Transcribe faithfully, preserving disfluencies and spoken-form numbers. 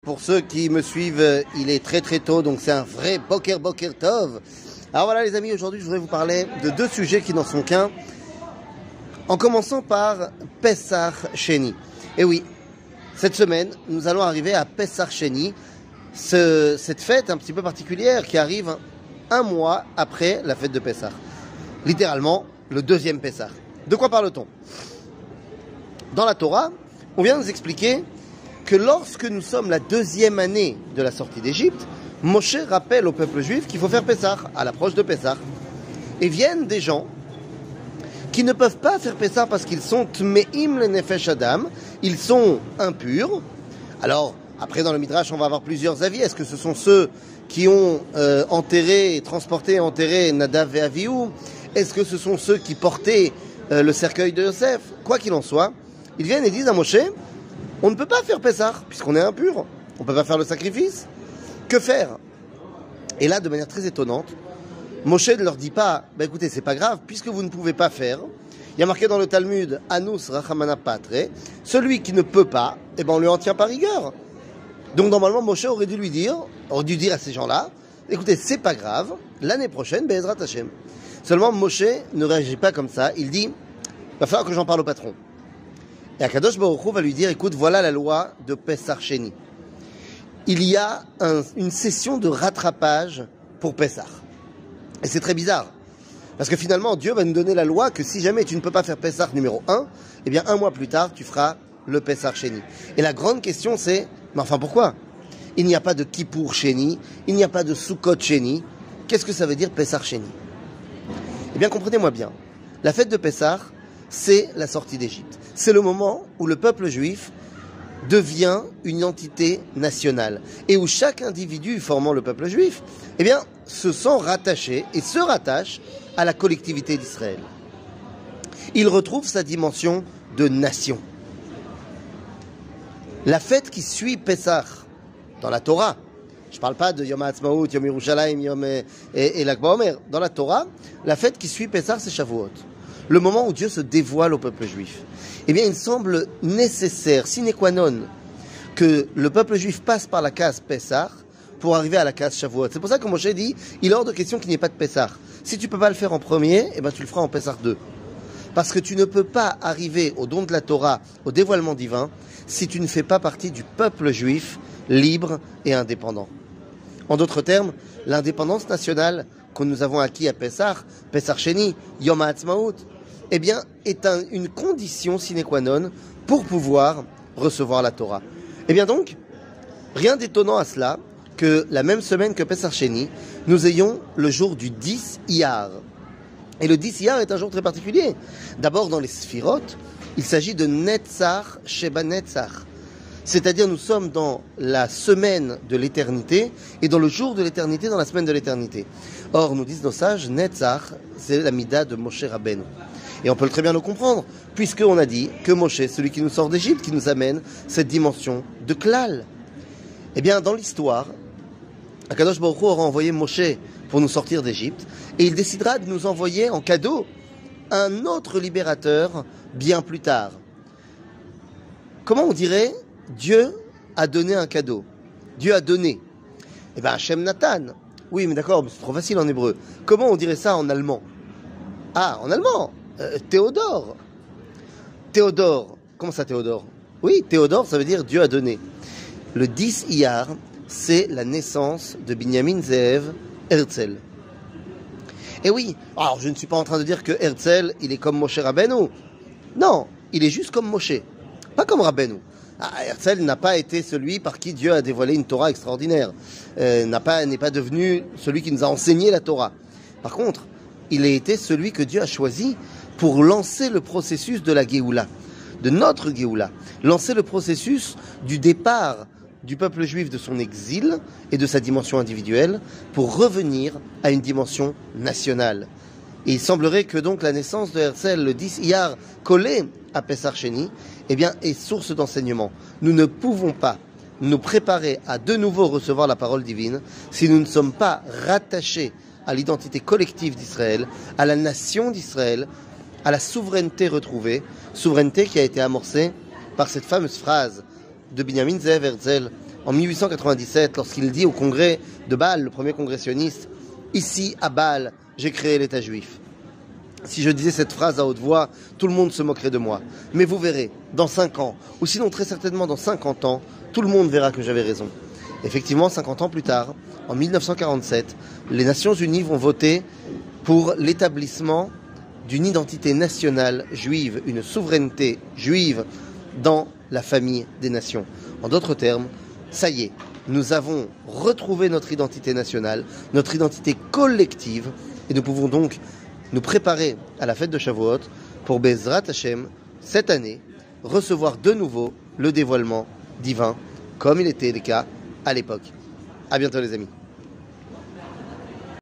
pour ceux qui me suivent, il est très très tôt, donc c'est un vrai Boker Boker Tov. Alors voilà les amis, aujourd'hui je voudrais vous parler de deux sujets qui n'en sont qu'un, en commençant par Pessah Sheni. Et oui, cette semaine, nous allons arriver à Pessah Sheni, ce, cette fête un petit peu particulière qui arrive un mois après la fête de Pessah. Littéralement, le deuxième Pessah. De quoi parle-t-on? Dans la Torah, on vient nous expliquer que lorsque nous sommes la deuxième année de la sortie d'Égypte, Moshe rappelle au peuple juif qu'il faut faire Pessah, à l'approche de Pessah. Et viennent des gens qui ne peuvent pas faire Pessah parce qu'ils sont Tmeim le Nefesh Adam, ils sont impurs. Alors, après dans le Midrash, on va avoir plusieurs avis. Est-ce que ce sont ceux qui ont euh, enterré, transporté et enterré Nadav et Avihu? Est-ce que ce sont ceux qui portaient euh, le cercueil de Yosef? Quoi qu'il en soit, ils viennent et disent à Moshe, on ne peut pas faire Pessah, puisqu'on est impur. On ne peut pas faire le sacrifice. Que faire? Et là, de manière très étonnante, Moshe ne leur dit pas, bah écoutez, c'est pas grave, puisque vous ne pouvez pas faire. Il y a marqué dans le Talmud, Anus Rachamana Patre, celui qui ne peut pas, eh ben on lui en tient par rigueur. Donc normalement, Moshe aurait dû lui dire, aurait dû dire à ces gens-là, écoutez, c'est pas grave, l'année prochaine, Be'ezrat Hashem. Seulement, Moshe ne réagit pas comme ça. Il dit, va falloir que j'en parle au patron. Et Akadosh Baruch Hu va lui dire, écoute, voilà la loi de Pessah Sheni. Il y a un, une session de rattrapage pour Pessah. Et c'est très bizarre. Parce que finalement, Dieu va nous donner la loi que si jamais tu ne peux pas faire Pessah numéro un, eh bien un mois plus tard, tu feras le Pessah Sheni. Et la grande question c'est, mais enfin pourquoi? Il n'y a pas de Kippour Sheni, il n'y a pas de Sukkot Sheni. Qu'est-ce que ça veut dire Pessah Sheni? Eh bien comprenez-moi bien. La fête de Pessah, c'est la sortie d'Égypte. C'est le moment où le peuple juif devient une entité nationale et où chaque individu formant le peuple juif, eh bien, se sent rattaché et se rattache à la collectivité d'Israël. Il retrouve sa dimension de nation. La fête qui suit Pessah dans la Torah, je ne parle pas de Yom HaAtzmaut, Yom Yerushalayim, Yom et, et, et Lag BaOmer. Dans la Torah, la fête qui suit Pessah, c'est Shavuot. Le moment où Dieu se dévoile au peuple juif. Eh bien, il semble nécessaire, sine qua non, que le peuple juif passe par la case Pessah pour arriver à la case Shavuot. C'est pour ça que Moshe dit, il est hors de question qu'il n'y ait pas de Pessah. Si tu ne peux pas le faire en premier, eh bien, tu le feras en Pessah deux. Parce que tu ne peux pas arriver au don de la Torah, au dévoilement divin, si tu ne fais pas partie du peuple juif libre et indépendant. En d'autres termes, l'indépendance nationale que nous avons acquis à Pessah, Pessah Sheni, Yom HaAtzmaut, eh bien, est un, une condition sine qua non pour pouvoir recevoir la Torah. Eh bien donc, rien d'étonnant à cela que la même semaine que Pessah Sheni, nous ayons le jour du dix Iyar. Et le dix Iyar est un jour très particulier. D'abord, dans les Sphirot, il s'agit de Netzach Sheba Netzach. C'est-à-dire, nous sommes dans la semaine de l'éternité et dans le jour de l'éternité, dans la semaine de l'éternité. Or, nous disent nos sages, Netzach, c'est la Mida de Moshe Rabbeinu. Et on peut très bien le comprendre, puisqu'on a dit que Moshe, celui qui nous sort d'Égypte, qui nous amène cette dimension de Klal. Eh bien, dans l'histoire, Akadosh Baruch Hu aura envoyé Moshe pour nous sortir d'Égypte, et il décidera de nous envoyer en cadeau un autre libérateur bien plus tard. Comment on dirait Dieu a donné un cadeau? Dieu a donné. Eh bien, Hashem Nathan. Oui, mais d'accord, mais c'est trop facile en hébreu. Comment on dirait ça en allemand? Ah, en allemand euh, Théodore. Théodore. Comment ça, Théodore? Oui, Théodore, ça veut dire Dieu a donné. Le dix Iyar, c'est la naissance de Binyamin Ze'ev Herzl. Et oui, alors je ne suis pas en train de dire que Herzl, il est comme Moshe Rabbeinu. Non, il est juste comme Moshe, pas comme Rabbeinu. Ah, Herzl n'a pas été celui par qui Dieu a dévoilé une Torah extraordinaire. Euh, n'a pas, n'est pas devenu celui qui nous a enseigné la Torah. Par contre, il a été celui que Dieu a choisi pour lancer le processus de la Géoula, de notre Géoula. Lancer le processus du départ du peuple juif de son exil et de sa dimension individuelle pour revenir à une dimension nationale. Et il semblerait que donc la naissance de Herzl, le dix Iyar, collé à Pessah Sheni, eh bien, est source d'enseignement. Nous ne pouvons pas nous préparer à de nouveau recevoir la parole divine si nous ne sommes pas rattachés à l'identité collective d'Israël, à la nation d'Israël, à la souveraineté retrouvée, souveraineté qui a été amorcée par cette fameuse phrase de Binyamin Ze'ev Herzl en mille huit cent quatre-vingt-dix-sept, lorsqu'il dit au congrès de Bâle, le premier congrès sioniste, « Ici, à Bâle, j'ai créé l'État juif ». Si je disais cette phrase à haute voix, tout le monde se moquerait de moi. Mais vous verrez, dans cinq ans, ou sinon très certainement dans cinquante ans, tout le monde verra que j'avais raison. Effectivement, cinquante ans plus tard, en mille neuf cent quarante-sept, les Nations Unies vont voter pour l'établissement d'une identité nationale juive, une souveraineté juive dans la famille des nations. En d'autres termes, ça y est, nous avons retrouvé notre identité nationale, notre identité collective, et nous pouvons donc nous préparer à la fête de Shavuot pour Bezrat Hashem, cette année, recevoir de nouveau le dévoilement divin, comme il était le cas à l'époque. À bientôt les amis.